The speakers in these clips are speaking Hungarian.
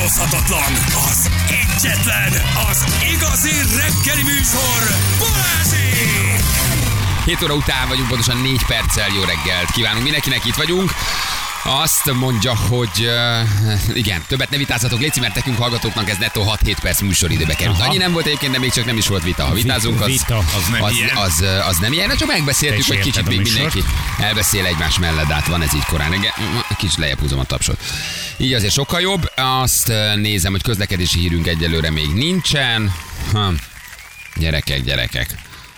utánozhatatlan, az egyetlen, az igazi reggeli műsor, Balázsék! 7 óra után vagyunk, pontosan 4 perccel. Jó reggelt kívánunk mindenkinek, itt vagyunk. Azt mondja, hogy igen, többet ne vitázzatok, légy, mert nekünk hallgatóknak ez nettó 6-7 perc műsoridőbe került. Annyi nem volt egyébként, de még csak nem is volt vita. Ha vitázunk, az nem ilyen. Csak megbeszéltük, hogy kicsit még mindenki elbeszél egymás mellett, de hát van ez így korán. Kicsit lejjebb húzom a tapsot. Így azért sokkal jobb. Azt nézem, hogy közlekedési hírünk egyelőre még nincsen. Gyerekek.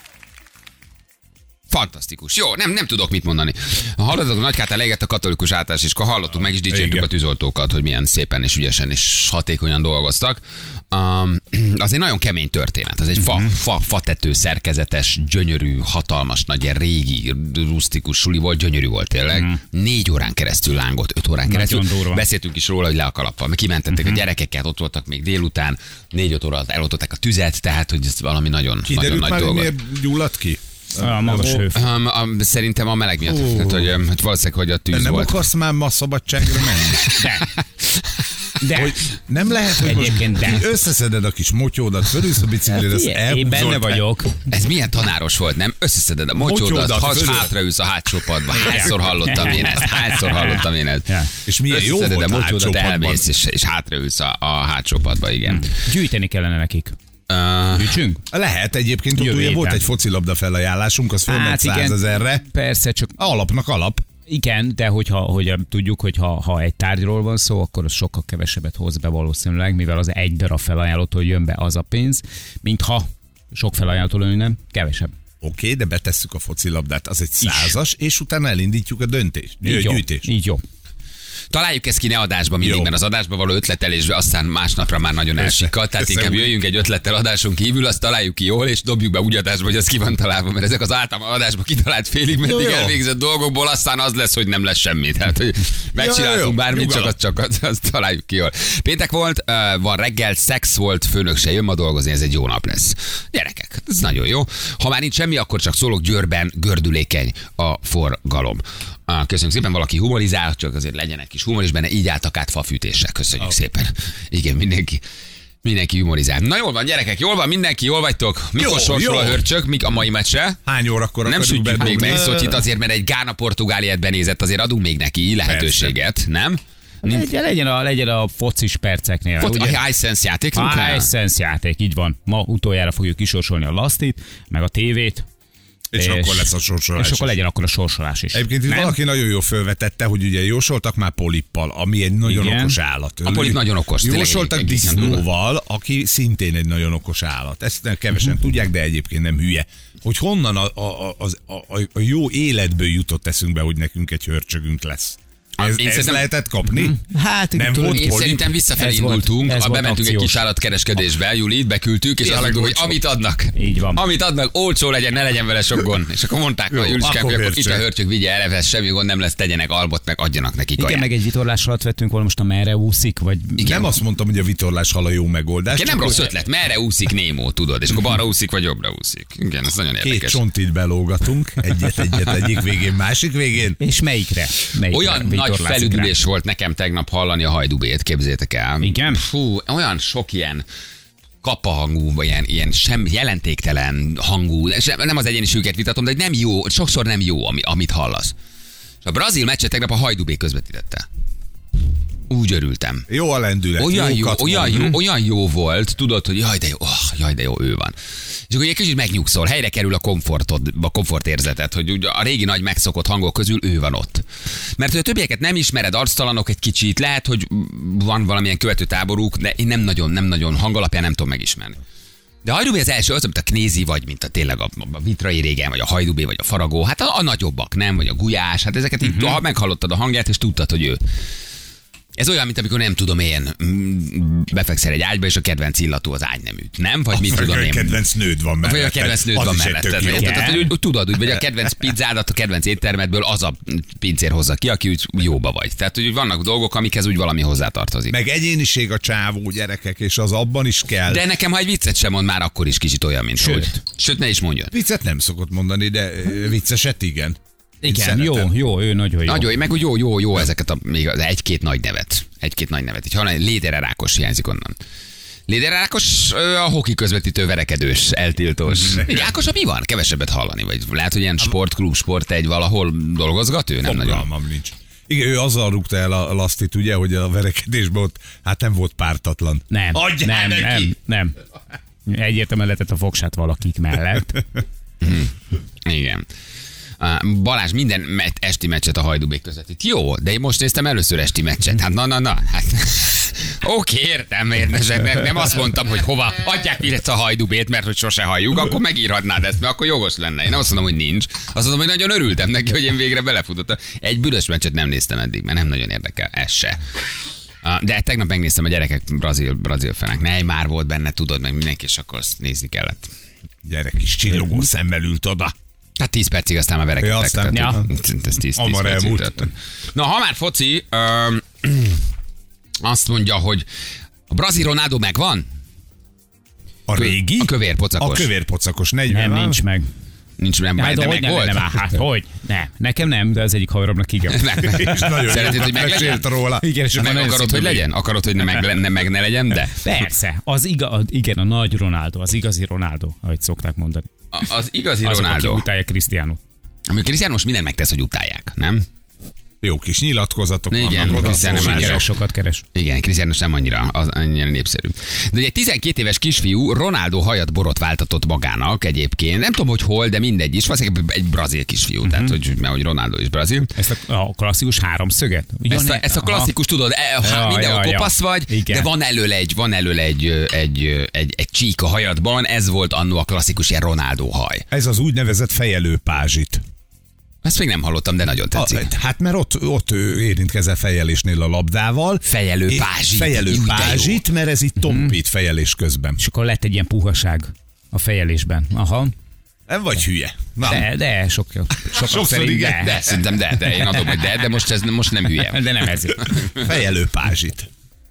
Fantasztikus. Jó, nem tudok mit mondani. Hallottatok, Nagykátán leégett a katolikus általános iskola, hallottuk, meg is dicsértük a tűzoltókat, hogy milyen szépen és ügyesen és hatékonyan dolgoztak. Az egy nagyon kemény történet. Ez egy fatető szerkezetes, gyönyörű, hatalmas, nagy, ilyen régi, rusztikus suli volt, gyönyörű volt tényleg. 4 órán keresztül lángott, 5 órán keresztül. Beszéltünk is róla, hogy le a kalappal. Kimentették a gyerekeket, ott voltak még délután, 4-5 óra alatt eloltották a tüzet, tehát hogy ez valami nagyon nagy dolog. Miért gyulladt ki? A magas hő. Szerintem a meleg miatt. Tehát, hogy valószínűleg, hogy a tűz nem volt. Nem akarsz már ma szabadságra menni? De. Hogy nem lehet, hogy most összeszeded a kis motyódat, fölülsz a biciklire, azt elhúzol. Én benne vagyok. Ez milyen tanáros volt, nem? Összeszeded a motyódat, hátraülsz a hátsó padba. Hányszor hallottam én ezt? Ja. És milyen jó volt a motyódat, hátsó elmész, és hátraülsz a hátsó padba, igen. Gyűjteni kellene nekik. Gyűjtsünk? Lehet egyébként, ugye volt egy focilabda felajánlásunk, az fölment 100 000-re. Persze, csak alapnak alap. Igen, de hogy tudjuk, hogy ha egy tárgyról van szó, akkor az sokkal kevesebbet hoz be valószínűleg, mivel az egy darab felajánlótól jön be az a pénz, mintha sok felajánlótól jönne, kevesebb. Oké, de betesszük a focilabdát, az egy 100-as, és utána elindítjuk a gyűjtést. Így jó. Találjuk ezt ki ne adásba mindig, mert az adásba való ötletelésbe aztán másnapra már nagyon elsikad. Tehát inkább jöjjünk egy ötlettel adáson kívül, azt találjuk ki jól, és dobjuk be úgy adásba, hogy az ki van találva, mert ezek az általában adásba kitalált félig meddig elvégzett dolgokból aztán az lesz, hogy nem lesz semmi. Tehát, hogy megcsináltunk bármit, csak azt találjuk ki jól. Péntek volt, van reggel, szex volt, főnök se jön ma dolgozni, ez egy jó nap lesz. Gyerekek, ez nagyon jó. Ha már nincs semmi, akkor csak szólok, Győrben gördülékeny a forgalom. Köszönjük szépen, valaki humorizál, csak azért legyenek kis humor is benne, így álltak át fafűtéssel. Köszönjük szépen. Igen, mindenki humorizál. Na jól van, gyerekek, jól van, mindenki, jól vagytok? Mikor sorsul a hörcsök, mik a mai meccse? Hány órakor nem sütjük még meg Szotyit azért, mert egy Gána-Portugáliát benézett, azért adunk még neki lehetőséget, nem? Legyen a focis perceknél. A Hisense játék? A Hisense játék, így van. Ma utoljára fogjuk kisorsolni a Lastit, meg a tévét. És akkor lesz a sorsolás. És akkor legyen akkor a sorsolás is. Egyébként itt valaki nagyon jól felvetette, hogy ugye jósoltak már polippal, ami egy nagyon okos állat. A polip nagyon okos. Jósoltak disznóval, aki szintén egy nagyon okos állat. Ezt kevesen tudják, de egyébként nem hülye. Hogy honnan a jó életből jutott eszünkbe, hogy nekünk egy hörcsögünk lesz. Ezt lehetett kapni? Hát, nem volt én szerintem visszafelé indultunk, bementünk egy kis állatkereskedésbe, Julit, beküldtük, és azt mondtuk, hogy amit adnak. Így van. Amit adnak, olcsó legyen, ne legyen vele sok gond. És akkor mondták a Juliskák, hogy akkor itt a hörcsök, vigye eleve, semmi gond nem lesz, tegyenek albot, meg adjanak nekik kaját. Igen, meg egy vitorlás halat vettünk volna, most a merre úszik, vagy... Igen. Nem azt mondtam, hogy a vitorlás hal a jó megoldás. Igen, nem rossz ötlet, merre úszik Némó, tudod, és akkor balra úszik, vagy jobbra úszik. Igen, ez nagyon érdekes. 2 csontit belógatunk, egyik végén, másik végén. És melyikre? Olyan nagy felüdülés volt nekem tegnap hallani a Hajdubét, képzeljétek el. Igen? Fú, olyan sok ilyen kapahangú, vagy ilyen sem jelentéktelen hangú, nem az egyéniségüket vitatom, de nem jó, sokszor nem jó, amit hallasz. És a brazil meccset tegnap a Hajdubé közvetítette. Úgy örültem. Jó a lendület. Olyan jó volt, tudod, hogy jaj de jó, ő van. És akkor egy kicsit megnyugszol, helyre kerül a komfortérzetet, hogy ugye a régi nagy megszokott hangok közül ő van ott. Mert hogy a többieket nem ismered, arctalanok egy kicsit, lehet, hogy van valamilyen követőtáboruk, de én nem nagyon hang alapján nem tudom megismerni. De a Hajdubé az első, az, mint a Knézi, vagy mint a tényleg a Vitrai régen, vagy a Hajdubé, vagy a Faragó, hát a nagyobbak, nem? Vagy a Gulyás, hát ezeket így, ha meghallottad a hangját, és tudtad, hogy ő. Ez olyan, mint amikor nem tudom én, befekszel egy ágyba, és a kedvenc illatú az ágyneműt, nem? Vagy mit tudom én? A kedvenc nőd van mellett. Vagy a kedvenc nőd van mellett. Tudod, vagy a kedvenc pizzádat, a kedvenc éttermedből az a pincér hozza ki, aki úgy jóba vagy. Tehát, hogy vannak dolgok, amikhez úgy valami hozzátartozik. Meg egyéniség a csávó, gyerekek, és az abban is kell. De nekem, ha egy viccet sem mond, már akkor is kicsit olyan, mint hogy. Sőt, ne is mondjon. Viccet nem szokott mondani, de vicceset igen. Igen, Szeretem. jó, ő nagyon jó. Nagyon, meg úgy jó ezeket még az egy-két nagy nevet. Így hallani, Léderer Ákos hiányzik onnan. Léderer Ákos a hoki közvetítő verekedős, eltiltós. Ákos, mi van? Kevesebbet hallani, vagy lehet, hogy ilyen sportklub, sportegy valahol dolgozgat ő? Nem nagyon. Fogalmam nincs. Igen, ő azzal rúgta el a Lasztit, ugye, hogy a verekedésben ott hát nem volt pártatlan. Nem. Egyértelműen lehetett a fogsát valakik mellett. Igen. Balázs minden esti meccset a Hajdubék közvetít. Jó, de én most néztem először esti meccset. Hát na. Hát, oké, értem, érdesek. Nem azt mondtam, hogy hova adják vissza a Hajdubét, mert hogy sose halljuk, akkor megírhatnád ezt, mert akkor jogos lenne. Én azt mondom, hogy nincs. Azt mondom, hogy nagyon örültem neki, hogy én végre belefutottam. Egy büdös meccset nem néztem eddig, mert nem nagyon érdekel. Ez se. De tegnap megnéztem a gyerekek brazil fenek. Neymar volt benne, tudod, meg mindenki, és akkor azt nézni kellett. Gyerek is csillogó szemmel ült oda. Hát 10 percig aztán már verekedtek. Aztán Ez 10 hamar percig elmúlt. tart. Na, ha már foci, azt mondja, hogy a brazil Ronaldo megvan? A régi? A kövér pocakos. A kövér pocakos 40. Nem, nincs meg. Nincs, nem, Hát, de hogy meg volt? Hát, hogy? Nem. Nekem nem, de az egyik haveromnak igen. És nagyon Szeretnéd, hogy meglegyen? mesélt róla. Igen, és Meg van akarod, hogy szép legyen? Akarod, hogy meg ne legyen, de? Persze, igen, a nagy Ronaldo, az igazi Ronaldo, ahogy szokták mondani. Az igazi Azok, Ronaldo. akik utálják Cristiano. Amikor Cristiano most mindent megtesz, hogy utálják, nem? Jó kis nyilatkozatok Igen, vannak oda, Cristiano szóval már jó. Sokat keres. Igen, Cristiano sem annyira népszerű. De ugye egy 12 éves kisfiú Ronaldo hajat borotváltatott magának egyébként. Nem tudom, hogy hol, de mindegy is. Valószínűleg egy brazil kisfiú, tehát mert hogy Ronaldo is brazil. Ezt a klasszikus háromszöget? Ezt a klasszikus, tudod, mindenhol kopasz vagy, igen. de van elől egy csík a hajadban, ez volt annó a klasszikus ilyen Ronaldo haj. Ez az úgynevezett fejelő pázsit. Ezt még nem hallottam, de nagyon tetszik. Hát mert ott ő érintkezel fejelésnél a labdával. Fejelő pázsit. Fejelő Júj, de jó. pázsit, mert ez itt tompít fejelés közben. És akkor lett egy ilyen puhaság a fejelésben. Aha. Nem vagy hülye. Na. De sokkal szerint igen, de. De szerintem de én adom, hogy de most nem hülye. De nem ezért. Fejelő pázsit.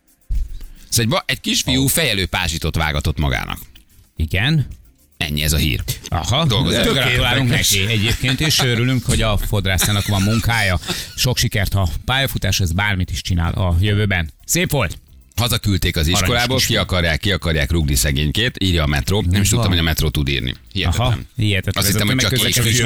Szóval egy kisfiú fejelő pázsitot vágatott magának. Igen. Ennyi ez a hír. Aha, Dolgozik. gratulálunk érdekes. neki egyébként, és örülünk, hogy a fodrászának van munkája. Sok sikert, ha pályafutás, ez bármit is csinál a jövőben. Szép volt! Hazaküldték az iskolából, ki akarják rúgni szegénykét, írja a metró. Nem is tudtam, hogy a metró tud írni. Hihetetlen. Aha, hihetetlen. Azt hittem, hogy csak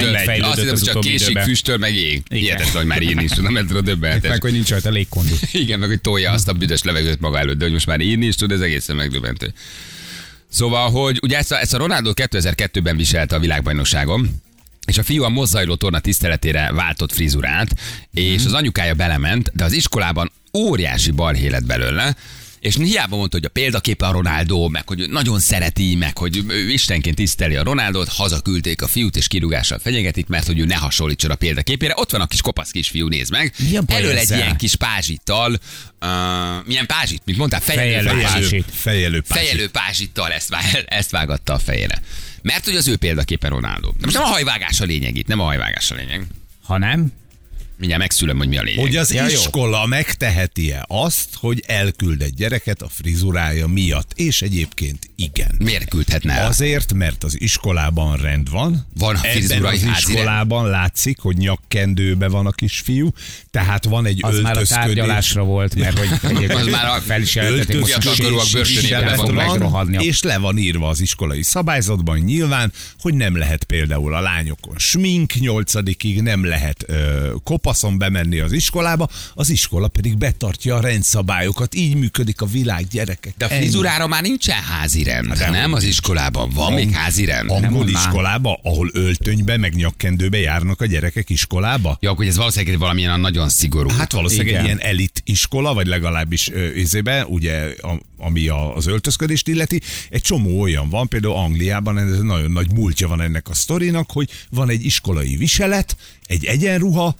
késik, füstöl, meg ég. Hihetetlen, hogy már írni is tud a metró, döbbenetes. Meg, hogy nincs rajta légkondi. Igen, meg hogy tolja azt a büdös levegőt maga előtt, de hogy most már írni is tud, ez egészen megdöbbentő. Szóval, hogy ugye ezt a Ronaldo 2002-ben viselte a világbajnokságon, és a fiú a mozzajló torna tiszteletére váltott frizurát, és az anyukája belement, de az iskolában óriási balhé lett belőle, és hiába mondta, hogy a példaképe a Ronaldo, meg hogy nagyon szereti, meg hogy ő istenként tiszteli a Ronaldot, hazaküldték a fiút, és kirúgással fenyegetik, mert hogy ő ne hasonlítson a példaképére. Ott van a kis kopasz kisfiú, nézd meg. Mi a baj Elől egy ezzel? ilyen kis pázsittal, milyen pázsit, mint mondtál, Fejelő pázsit. Fejelő pázsit. fejelő pázsittal ezt vágatta a fejére. Mert hogy az ő példaképe Ronaldo. De most nem a hajvágás a lényeg itt, nem a hajvágás a lényeg. Ha nem, Mindjárt megszülöm, hogy mi a lényeg. Hogy az Ja, jó. iskola megteheti-e azt, hogy elküld egy gyereket a frizurája miatt? És egyébként igen. Miért küldhetne el? Azért, mert az iskolában rend van. Van a Ebben frizurai az házirend. iskolában látszik, hogy nyakkendőbe van a kisfiú, tehát van egy az már a öltözködés. tárgyalásra volt, mert hogy egyébként Az már a fel is jelentették, most fiatalkorúak börtönében viselet fognak megrohadni. és le van írva az iskolai szabályzatban nyilván, hogy nem lehet például a lányokon smink 8-ig, nem lehet kopaszon bemenni az iskolába, az iskola pedig betartja a rendszabályokat, így működik a világ, gyerekek. De a frizurára már nincsen házirend, de nem? Az iskolában van még házirend. Angol mondd már. iskolába, ahol öltönybe, meg nyakkendőbe járnak a gyerekek iskolába? Ja, hogy ez valószínűleg valamilyen nagyon szigorú. Hát valószínűleg Igen. egy ilyen elit iskola, vagy legalábbis izébe, ugye, ami az öltözködést illeti. Egy csomó olyan van, például Angliában, ez nagyon nagy múltja van ennek a sztorinak, hogy van egy iskolai viselet, egy egyenruha, amihez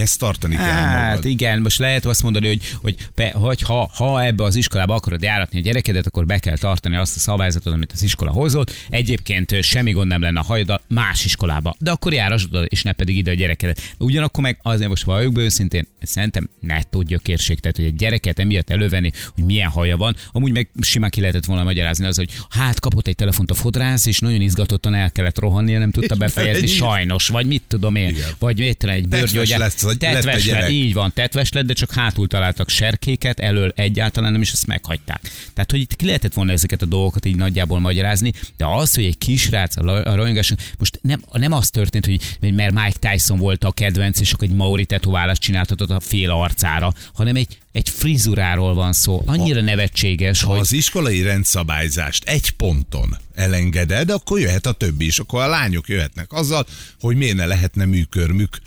ehhez tartani kell Hát magad. igen, most lehet azt mondani, hogy ha ebbe az iskolába akarod járatni a gyerekedet, akkor be kell tartani azt a szabályzatot, amit az iskola hozott. Egyébként semmi gond nem lenne a hajaddal más iskolába, de akkor járasd oda, és ne pedig ide a gyerekedet. Ugyanakkor meg azért most valljuk be őszintén, szerintem nettó gyökérség, tehát hogy egy gyereket emiatt elővenni, hogy milyen haja van. Amúgy meg simán ki lehetett volna magyarázni az, hogy hát kapott egy telefont a fodrász, és nagyon izgatottan el kellett rohannia, nem tudta befejezni, sajnos, vagy mit tudom én, igen. vagy egy bőrgyógyár. Tetves lett, így van, tetves lett, de csak hátul találtak serkéket, elől egyáltalán nem, és ezt meghagyták. Tehát, hogy itt ki lehetett volna ezeket a dolgokat így nagyjából magyarázni, de az, hogy egy kisrác a rajongáson, most nem az történt, hogy mert Mike Tyson volt a kedvenc, és akkor egy maori tetoválást csináltatott a fél arcára, hanem egy frizuráról van szó. Annyira nevetséges, Ha hogy... az iskolai rendszabályzást egy ponton elengeded, akkor jöhet a többi is. Akkor a lányok jöhetnek azzal, hogy miért ne lehetne műkörmük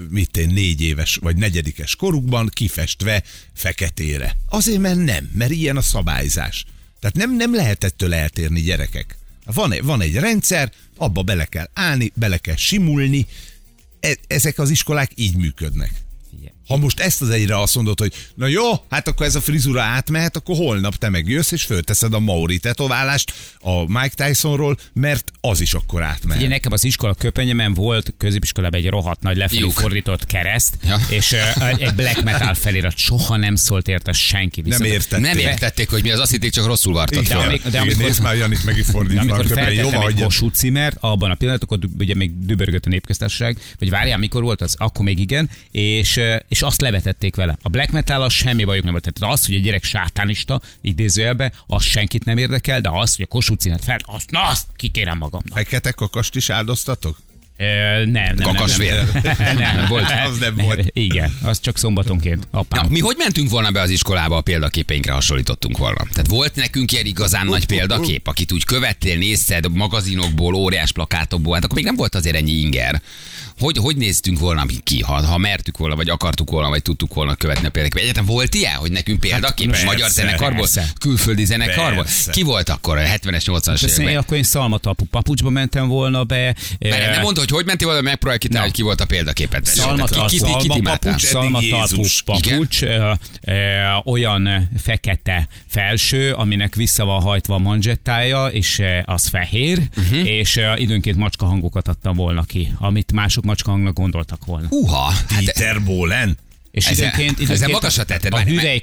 4 éves vagy 4. korukban kifestve feketére. Azért, mert ilyen a szabályzás. Tehát nem lehet ettől eltérni, gyerekek. Van egy rendszer, abba bele kell állni, bele kell simulni. Ezek az iskolák így működnek. Ha most ezt az egyre azt mondod, hogy na jó, hát akkor ez a frizura átmehet, akkor holnap te megjössz, és fölteszed a maori tetoválást a Mike Tysonról, mert az is akkor átmehet. Ugye nekem az iskola köpenyemen volt középiskolában egy rohadt nagy lefelé fordított kereszt, és egy black metal felirat. Soha nem szólt érte senki. Nem értették, hogy mi az, azt hitték, csak rosszul vartad fel. De amikor nézd már, Janit meg is fordítva. Amikor Jó, feltettem egy hogy Kossuth címert, abban a pillanatban, akkor ugye még dübörgött a Népköztársaság, vagy várjál, mikor volt az? Akkor még igen, és azt levetették vele. A black metal az semmi bajuk nem volt. Tehát az, hogy a gyerek sátánista, idézőjelbe, az senkit nem érdekel, de az, hogy a Kossuth címert fel, azt kikérem magamnak. Fekete kakast is áldoztatok? Nem. Kakasvér. Nem volt. Az nem volt. Igen, az csak szombatonként. Apám. Na, mi hogy mentünk volna be az iskolába, a példaképeinkre hasonlítottunk volna? Tehát volt nekünk ilyen igazán nagy példakép, akit úgy követtél, nézted magazinokból, óriás plakátokból, hát akkor még nem volt azért ennyi inger. Hogy néztünk volna ki, ha mertük volna, vagy akartuk volna, vagy tudtuk volna követni a példaképet? Egyáltalán volt ilyen, hogy nekünk példakép? Hát, magyar zenekarból? Külföldi zenekarból? Persze. Ki volt akkor a 70-es, 80-as években? Akkor én szalmatalpú papucsba mentem volna be. Nem mondta, hogy mentél volna, megpróbálj kitálni, hogy ki volt a példaképet. Szalmatalpú papucs, olyan fekete felső, aminek vissza van hajtva a manzsettája, és az fehér, és időnként macska hangokat adtam volna ki, amit mások macska hangnak gondoltak volna. Dieter Bohlen? És időnként magasra tetted. a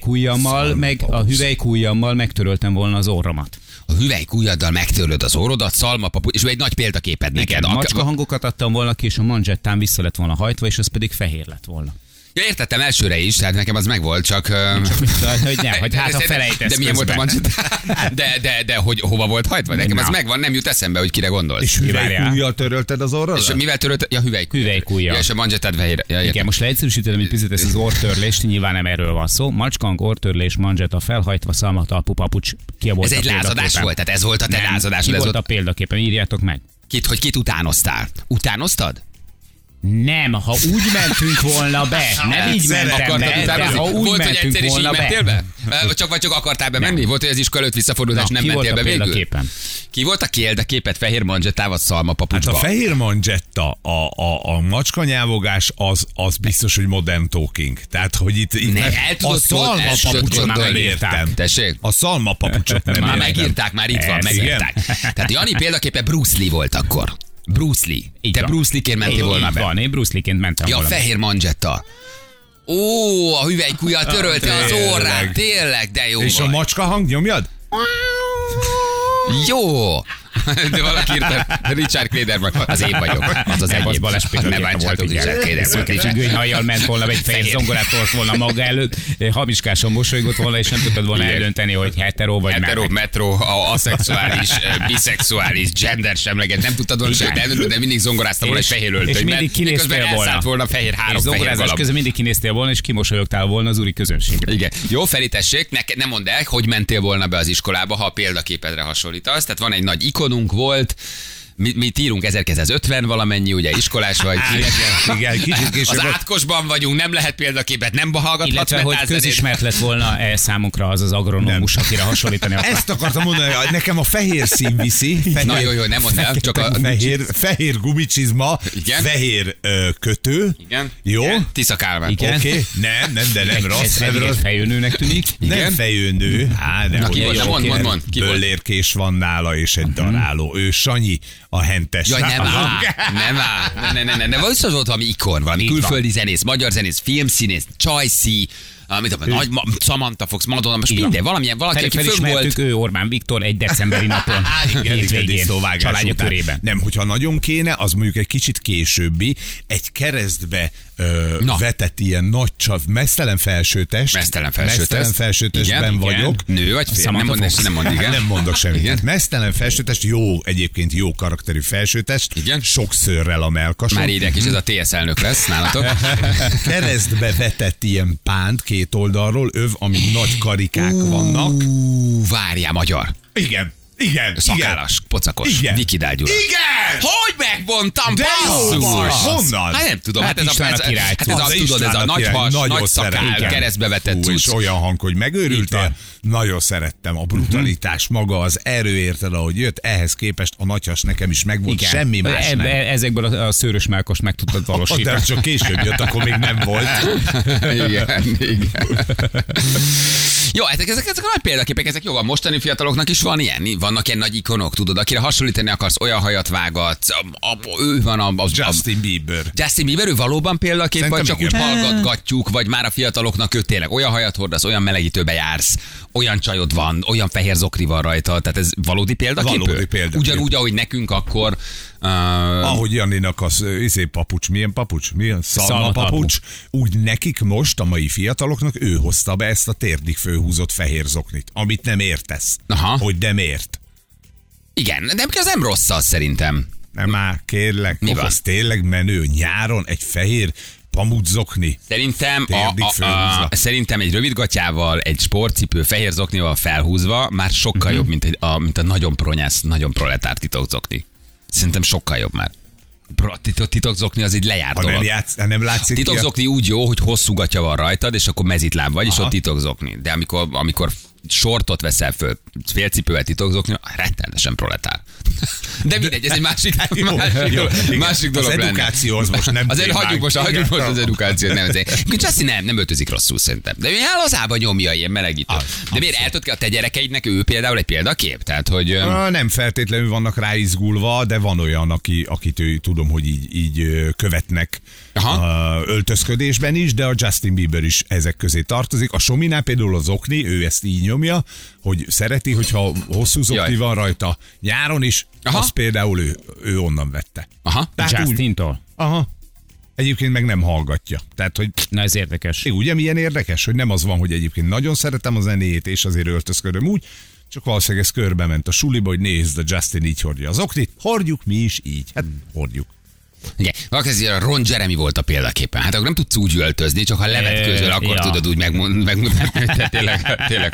hüvelykujjammal megtöröltem volna az orromat. A hüvelykujjaddal megtörlöd az orrodat, szalmapapucs, és egy nagy példaképed neked. Macska hangokat adtam volna ki, és a manzsettán vissza lett volna hajtva, és az pedig fehér lett volna. Ja, értettem elsőre is, tehát nekem az megvolt, csak... hogy hát a felejtesz. De milyen volt a manzsettán? De hogy hova volt hajtva? Nekem az megvan, nem jut eszembe, hogy kire gondolsz. És hüvelykujjal törölted az orrodat? És mivel törölted? Ja, hüvelykujjal. Ja, és a manzsettád fehér. Ja, igen, most leegyszerűsítettem egy picit ezt az orrtörlést, nyilván nem erről van szó. Macskahang, orrtörlés, manzsetta felhajtva, szalmatalpú papucs. Ez egy lázadás volt? Tehát ez volt a te lázadásod? Ez volt a példaképen, írjátok meg. Hogy kit utánoztál? Utánoztad? Nem, ha úgy mentünk volna be, nem így mentem be, de ha úgy volt, mentünk hogy volna mentél be? Csak akartál bemenni? Volt, hogy az iskola előtt visszafordulás, nem mentél be végül? Ki volt a példaképet fehér manzsettával, szalmapapucsba? Hát a fehér manzsetta, a macskanyávogás, az biztos, hogy modern talking. Tehát, hogy itt a szalmapapucsot nem értem. Tessék? A szalmapapucsot nem értem. Már megírták, már itt van, megírták. Tehát Jani példaképe Bruce Lee volt akkor. Bruce Lee. Te Bruce Lee-ként mentél volna be. Van, én Bruce Lee-ként mentem volna. Ja, fehér manzsetta. Ó, a hüvelykujjal törölte az orrát, tényleg, de jó. És a macska hang nyomjad? Jó. De valaki írta, Richard Klederman, az én vagyok. Az az egyéb. Balázs Péter nem bántsátok Richard Klederman. És gőnyhajjal ment volna, egy fehér zongorát tolt volna maga előtt, hamiskáson mosolygott volna, és nem tudtad volna eldönteni, hogy hetero vagy metro, aszexuális, biszexuális, gendersemleges, nem tudtad volna sőt eldönteni, de mindig zongoráztam volna egy fehér öltönyben. És mindig kinéztél volna. volna fehér három fehér zongorázás közben mindig kinéztél volna, és kimosolyogtál volna az úri közönségre. Igen. Jó, Feri, tessék, nem mondd el, hogy mentél volna be az iskolába, ha a példaképedre hasonlítasz. Tehát van egy nagy ikonunk volt, mit írunk 1950 valamennyi, ugye iskolás vagy. Igen, kicsit később. Az átkosban vagyunk, nem lehet példaképet, nem hallgathatsz Illetve, hogy közismert lett volna számunkra az agronómus, akire hasonlítani akar. Ezt akartam mondani, hogy nekem a fehér szín viszi. Na jó, nem mondd el, csak a fehér gumicsizma, Igen. fehér kötő. Igen. Jó? Igen. Tisza Kálmán. Igen. Oké. Nem, de nem rossz. Ez egy fejőnőnek tűnik. Nem Igen. fejőnő. Na, ki volt? Mond. Ki volt? Böllérkés van nála, és egy daráló. Ő Sanyi, a hentes. Jaj, nem áll. Nem. De vissza volt valami ikon, valami külföldi zenész, magyar zenész, filmszínész, Csajci, nagy Samantha Fox, Madonna, most minden, valaki, aki fönn volt. Ő Orbán Viktor egy decemberi napon. Hétvégén, családja körében. Nem, hogyha nagyon kéne, az mondjuk egy kicsit későbbi, egy keresztbe vetett ilyen nagy mesztelen felsőtest. Mesztelen felsőtestben vagyok. Nő vagy fél? Nem mond, igen. Nem mondok semmit. Igen. Mesztelen felsőtest, egyébként jó karakterű felsőtest. Igen. Sok szőrrel a melkason. Már ideg is, ez a TSZ elnök lesz nálatok. Keresztbe vetett ilyen pánt két oldalról, ami nagy karikák vannak. Várjál, magyar. Igen. Szakállas, pocakos, Vikidál Gyula. Igen! Hogy megvontam, De jó basszus! vagy! Honnan? Hát nem tudom, Hát István a király. ez a nagy has, nagy szakál, keresztbe vetett és cucc. olyan hang, hogy megőrültél. Nagyon szerettem a brutalitás, maga az erő, érted, ahogy jött, ehhez képest a nagyhas nekem is megvolt, semmi más nem. Ezekből a szőrös melkost meg tudtad valósítani. De csak később jött, akkor még nem volt. Igen. Jó, ezek a nagy példaképek, ezek jó, a mostani fiataloknak is van ilyen, vannak ilyen nagy ikonok, tudod, akire hasonlítani akarsz, olyan hajat vágatsz, ő van Justin Bieber. Justin Bieber, ő valóban példakép, Szerintem vagy csak igen. úgy hallgatgatjuk, vagy már a fiataloknak ő tényleg olyan hajat hordasz, olyan melegítőbe jársz, olyan csajod van, olyan fehér zokni van rajta, tehát ez valódi példakép? Valódi példakép. Ugyanúgy, ahogy nekünk akkor... Ahogy Janninak az papucs, milyen papucs? Milyen szalmapapucs? Úgy nekik most, a mai fiataloknak ő hozta be ezt a térdig fölhúzott fehér zoknit, amit nem értesz. Aha. Hogy nem ért. Igen, de az nem rossz az szerintem. Nem már, kérlek, Mi van? az tényleg menő. Nyáron egy fehér pamuczokni. Szerintem, Térdig fölhúzva. szerintem egy rövidgatyával, egy sportcipő fehér zoknival felhúzva már sokkal jobb, mint a nagyon pronyász, nagyon proletár titokzokni. Szerintem sokkal jobb már. Titokzokni az így lejárt dolog. Nem látszik Titokzokni úgy jó, hogy hosszú gatya van rajtad, és akkor mezitláb vagy, és ott titokzokni. De amikor sortot veszel föl, félcipővel titokzokni, rettenetesen proletár. De mindegy, ez egy másik dolog az lenne. edukáció az most nem Azért témánk. hagyjuk most az edukációt, nem ezért. Justin nem öltözik rosszul szerintem. De milyen lazában nyomja ilyen melegítő. De miért el tudod, a te gyerekeidnek ő például egy példakép? Tehát, hogy... Nem feltétlenül vannak rá izgulva, de van olyan, akit tudom, hogy így követnek öltözködésben is, de a Justin Bieber is ezek közé tartozik. A Sominál például az okni, ő ezt így nyomja, hogy szereti, hogyha hosszú zokni van rajta nyáron is, az például ő onnan vette. Justintól? Aha. Egyébként meg nem hallgatja. Tehát, hogy... Na ez érdekes. Ugye milyen érdekes, hogy nem az van, hogy egyébként nagyon szeretem a zenéjét, és azért öltözködöm úgy, csak valószínűleg ez körbe ment a suliba, hogy nézd, a Justin így hordja az oknit, hordjuk mi is így. Hát hordjuk. Igen, a Ron Jeremy volt a példaképpen. Hát akkor nem tudsz úgy öltözni, csak ha levetkőzöl, akkor tudod úgy megmutatni, hogy tényleg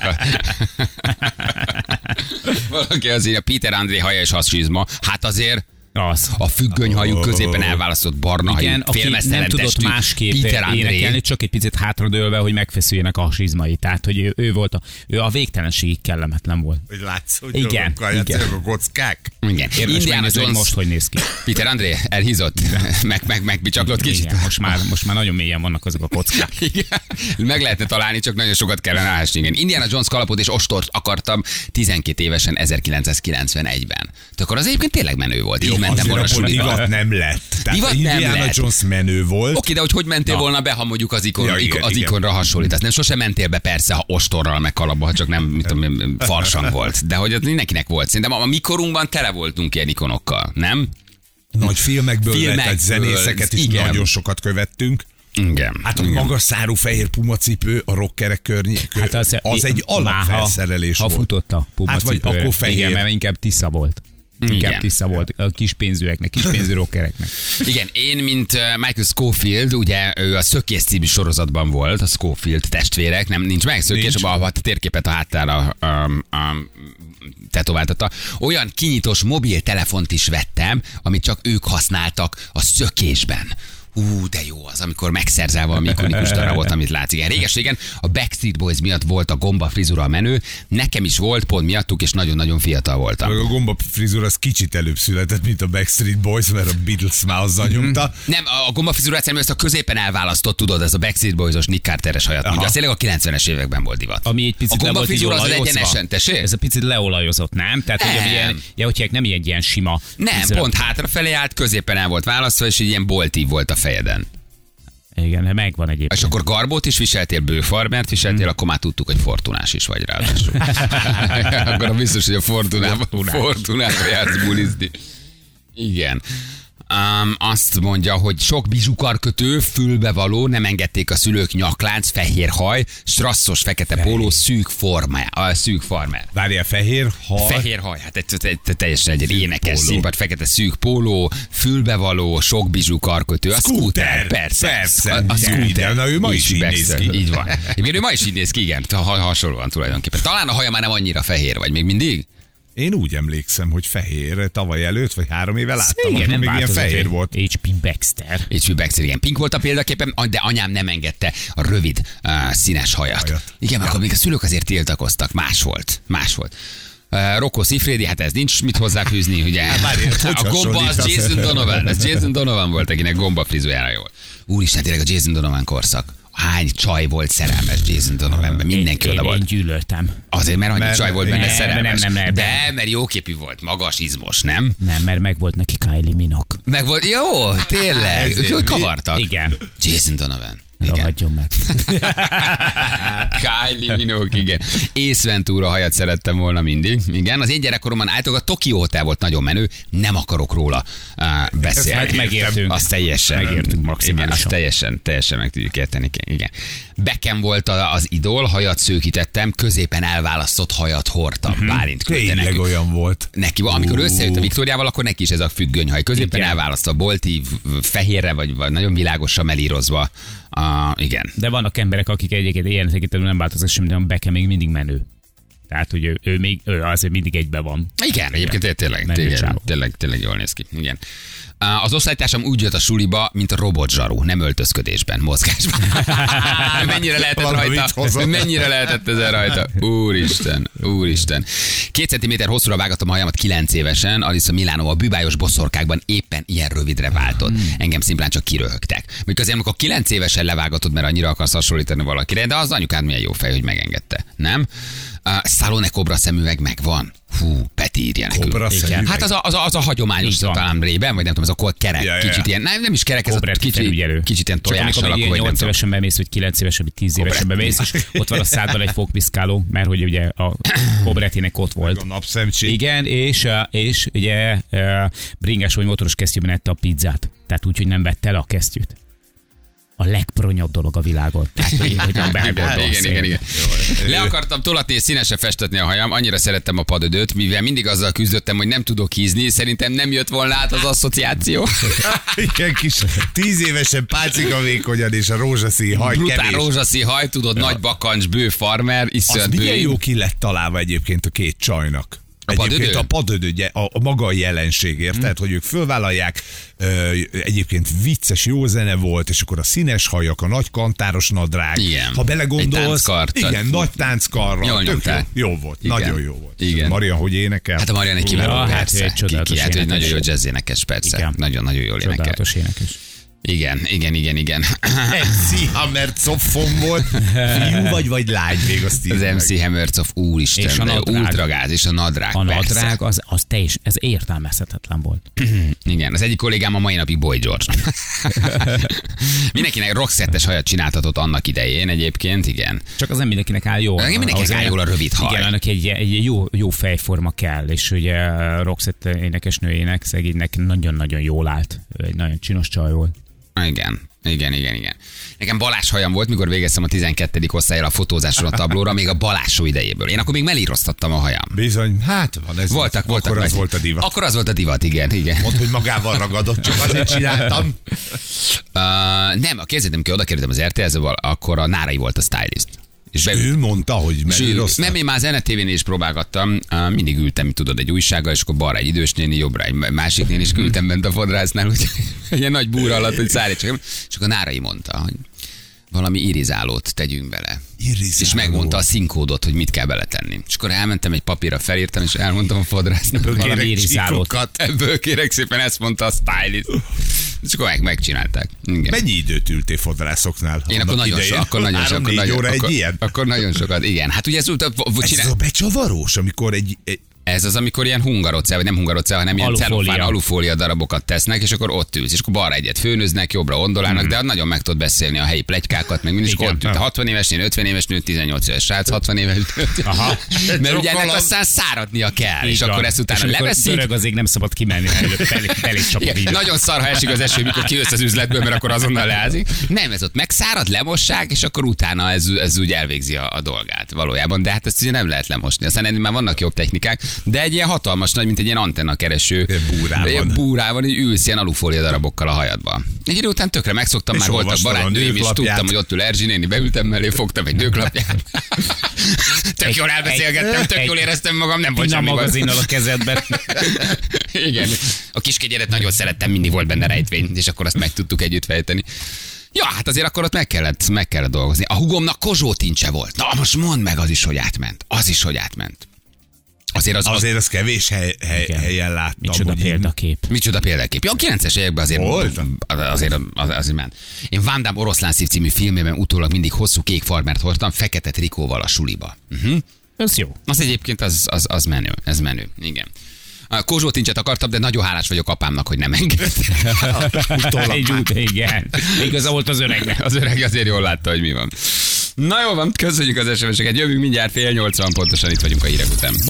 valaki azért a Peter André haja és hasizma, hát azért a függönyhajú középen elválasztott barna hajú, félmeztelen nem tudott testű másképp Peter André. énekelni, csak egy picit hátradőlve, hogy megfeszüljenek a hasizmai. Tehát, hogy ő volt ő a végtelenségig kellemetlen volt. Hogy látsz, hogy igen. a kockák. Igen. Érdemes megnézni, hogy most hogy néz ki. Peter André elhízott, megbicsaklott kicsit. Igen, most már nagyon mélyen vannak azok a kockák. Igen. Meg lehetne találni, csak nagyon sokat kellene ásni. Igen. Indiana Jones kalapot és ostort akartam 12 évesen 1991-ben. De akkor az egyébként tényleg menő volt. Így mentem volna suliba. Divat nem lett. Tehát Divat nem Indiana lett. Jones menő volt. Oké, de hogy mentél volna be, ha mondjuk az ikonra hasonlítasz? Nem, sosem mentél be persze, ha ostorral meg kalapba, ha csak nem, mit tudom, farsang volt. De hogy az mindenkinek volt. Szerintem a mi korunkban tele voltunk ilyen ikonokkal, nem? Nagy filmekből lett, zenészeket is nagyon sokat követtünk. Igen. Hát a magas szárú fehér pumacipő a rockerek környékén. Hát az egy alapfelszerelés volt. Ha futott a pumacipőre. Hát vagy akkor fehér. Igen, mert inkább tisza volt. Inkább tiszta volt a kis pénzűeknek, kis pénzű rockereknek. Igen, én, mint Michael Scofield, ugye ő a Szökés című sorozatban volt, a Scofield testvérek, nem nincs meg Szökés, a térképet a háttára tetováltatta. Olyan kinyitós mobiltelefont is vettem, amit csak ők használtak a Szökésben. De jó az, amikor megszerzel valami ikonikus darabot, amit látsz. Igen, réges-régen a Backstreet Boys miatt volt a gomba frizura a menő, nekem is volt, pont miattuk, és nagyon-nagyon fiatal voltam. A gomba frizura az kicsit előbb született, mint a Backstreet Boys, mert a Beatles már azzal nyomta. Nem, a gomba frizurát szerintem ezt a középen elválasztott, tudod, ez a Backstreet Boys-os Nick Carter-es hajat. Ugye az tényleg a 90-es években volt divat. Ami egy picit a gomba le volt így frizura az olajozva. egyenesen, tessék? Ez a picit leolajozott, nem? Tehát, hogy ilyen, hogy nem ilyen sima. Nem, pont hátrafelé állt, középen el volt választva, és így ilyen boltív volt a fejeden. Igen, megvan egyébként. És akkor garbót is viseltél, bőfarmert viseltél, akkor már tudtuk, hogy fortunás is vagy ráadásul. Akkor biztos, hogy a fortunába jársz bulizni. Igen. Azt mondja, hogy sok bizsukarkötő, fülbevaló, nem engedték a szülők, nyaklánc, fehér haj, strasszos fekete póló, szűk farmer. Várjál, fehér haj. Fehér haj, hát teljesen egy énekes színpad, fekete szűk póló, fülbevaló, sok bizsukarkötő, a scooter, persze. A scooter. Na ő ma is így néz ki. Így van. Ő ma is így néz ki, igen, hasonlóan tulajdonképpen. Talán a haja már nem annyira fehér, vagy még mindig? Én úgy emlékszem, hogy fehér, tavaly előtt, vagy 3 éve láttam, igen, akkor még ilyen fehér volt. H.P. Baxter. H.P. Baxter, igen. Pink volt a példaképpen, de anyám nem engedte a rövid, színes hajat. Igen, akkor még a szülők azért tiltakoztak. Más volt. Rocco Siffredi, hát ez nincs mit hozzáfűzni, ugye? A gomba az Jason Donovan. Ez Jason Donovan volt, akinek gomba frizurája jól. Úristen, tényleg a Jason Donovan korszak. Hány csaj volt szerelmes Jason Donovanben? Mindenki oda volt. Én gyűlöltem. Azért, mert annyi csaj volt benne szerelmes. Nem. De, mert jóképű volt, magas, izmos, nem? Nem, mert meg volt neki Kylie Minogue. Meg volt, jó, tényleg. Ők kavartak. Igen. Jason Donovan. Ragadjon meg. Kylie Minogue, igen. Ace Ventura hajat szerettem volna mindig. Igen, az én gyerekkoromban állítólag a Tokyo Hotel volt nagyon menő, nem akarok róla beszélni. Hát megértünk. Azt teljesen. Megértünk maximálisan. Igen, azt teljesen meg tudjuk érteni. Igen. Beckham volt az idol, hajat szőkítettem, középen elválasztott hajat hordtam. Bálint küldte Tényleg nekünk. olyan volt. Neki, amikor összejött a Viktóriával, akkor neki is ez a függönyhaj. Középen Igen. elválasztva, boltív, fehérre, vagy nagyon világosan melírozva. Igen. De vannak emberek, akik egyébként ilyen tekintetben nem változott semmi, de a Beckham még mindig menő. Tehát, hogy ő azért mindig egyben van. Igen, egyébként tényleg jól néz ki. Igen. Az osztálytársam úgy jött a suliba, mint a robotzsaru, nem öltözködésben, mozgásban. Mennyire lehetett ezen rajta? Úristen. 2 centiméter hosszúra vágattam a hajamat 9 évesen, Alissa Milano a bűbájos boszorkákban éppen ilyen rövidre váltott. Engem szimplán csak kiröhögtek. Még azért, amikor 9 évesen levágatod, mert annyira akarsz hasonlítani valakire, de az anyukád milyen jó fej, hogy megengedte, nem? Stallone kobra szemüveg megvan. Hú, Peti írja nekünk. Hát az a hagyományos, talán rében, vagy nem tudom, az a kerek, kicsit ilyen, nem is kerek, ez a kicsit ilyen tojás alakú, vagy nem 8 évesen bemész, vagy 9 évesen, vagy 10 évesen bemész, és ott van a szádban egy fogpiszkáló, mert hogy ugye a Cobrettinek ott volt. A napszemcsi. Igen, és ugye bringás vagy motoros kesztyűben ette a pizzát. Tehát úgy, hogy nem vette el a kesztyűt. A legpronyabb dolog a világon. Tehát, hogyan belegondolsz. Igen. Le akartam tolatni és színesre festetni a hajam, annyira szerettem a padödőt, mivel mindig azzal küzdöttem, hogy nem tudok hízni, szerintem nem jött volna át az asszociáció. Igen, kis 10 évesen pácika vékonyan, és a rózsaszín haj brutál kevés. rózsaszín haj, tudod, nagy bakancs, bő farmer, iszonyat Az bő. milyen jó ki lett találva egyébként a 2 csajnak. Egyébként a padödő, a maga a jelenség, érted? Hogy ők fölvállalják, egyébként vicces, jó zene volt, és akkor a színes hajak, a nagy kantáros nadrág. Igen. Ha belegondolsz, Tánckar, nagy tánckarral. Jól nyomták. Jó volt, Igen. nagyon jó volt. Igen. Maria, hogy énekel? Hát a Marian egy kiváló, Hát persze. egy csodálatos Hát egy énekes. nagyon jó jazzénekes, persze. Igen. Nagyon-nagyon jól énekel. Csodálatos énekes. Igen. MC Hammer-Zoffon volt. Fiú vagy lány még azt Az MC Hammer-Zoff, úristen, És a nadrág. ultragáz, és a nadrág, A persze. nadrág az teljes, ez értelmezhetetlen volt. Igen, az egyik kollégám a mai napig Boy George. Mindenkinek rockszettes hajat csináltatott annak idején egyébként, igen. Csak az nem mindenkinek áll jól. Mindenkinek áll jól a rövid haj. Igen, annak egy jó fejforma kell, és ugye Roxette énekesnőjének, szegénynek nagyon-nagyon jól állt. Egy nagyon csinos csaj volt. Igen. Nekem Balázs hajam volt, mikor végeztem a 12. osztályra a fotózáson a tablóra, még a Balázs show idejéből. Én akkor még mellíroztattam a hajam. Bizony, hát van ez. Voltak. Akkor az volt a divat. Akkor az volt a divat, igen. Mondd, hogy magával ragadott, csak azért csináltam. Nem, képzeljétek ki, oda kerültem az RTL-be, akkor a Nárai volt a stylist. És ő mondta, hogy mellíroztat. Nem, én már az NTV-nél is próbálgattam, mindig ültem, tudod, egy újsággal, és akkor balra egy idős néni, jobbra egy másik néni, és ültem bent a fodrásznál, hogy ilyen nagy búra alatt, hogy szállítsak. És akkor Nárai mondta, hogy valami irizálót tegyünk bele. És megmondta a színkódot, hogy mit kell beletenni. És akkor elmentem, egy papírra felírtam, és elmondtam a fodrásznak. Valami irizálót. Ebből kérek szépen, ezt mondta a stylist. És akkor megcsinálták. Igen. Mennyi időt ültél fodrászoknál? Én akkor nagyon nagyon sokat, igen. Hát ugye ez a becsavarós, amikor ez az, amikor ilyen hungarocell, vagy nem hungarocell, hanem ilyen cellofán alufólia darabokat tesznek, és akkor ott ülsz, és akkor balra egyet főnöznek, jobbra ondolálnak, de nagyon meg tudod beszélni a helyi pletykákat, meg mindig ott ült. 60 éves nő, 50 éves nő, 18 éves srác, 60 éves nő. Aha. Mert ugye ennek aztán száradnia kell, és akkor ezt utána leveszik. Szörög azért nem szabad kimenni, belé csap a víz. Nagyon szar, ha esik az eső, mikor kijössz az üzletből, mert akkor azonnal leázik. Nem, ez ott megszárad, lemossák, és akkor utána ez úgy elvégzi a dolgát valójában. De hát ezt ugye nem lehet lemosni. Aztán már vannak jobb technikák. De egy ilyen hatalmas nagy, mint egy ilyen antenna kereső búrában, így ülsz ilyen alufólia darabokkal a hajadba. Egy idő után tökre megszoktam, már voltak barátnőim, és tudtam, hogy ott ül Erzsi néni, beültem mellé, fogtam egy nőklapját. Tök jól elbeszélgettem, tök jól éreztem magam, nem volt semmi magazinnal a kezedben. Igen. A kiskegyeret nagyon szerettem, mindig volt benne rejtvény, és akkor azt meg tudtuk együtt fejteni. Ja, hát azért akkor ott meg kellett dolgozni. A hugomnak Kozsó tincse volt. Na most mondd meg, az is, hogy átment. Azért az kevés helyen láttam. Micsoda példakép. Ja, a 90-es években azért ment. Én Van Damme Oroszlán szív című filmében utólag mindig hosszú kék farmert hordtam, fekete trikóval a suliba. Ez jó. Az egyébként az menő. Ez menő. Igen. A Kozsó tincset akartam, de nagyon hálás vagyok apámnak, hogy nem engedett. Igen. Igaza volt az öregnek. Az öreg azért jól látta, hogy mi van. Na jó van, köszönjük az SMS-eket. Jövünk mindjárt 7:80 pontosan, itt vagyunk a hírek után.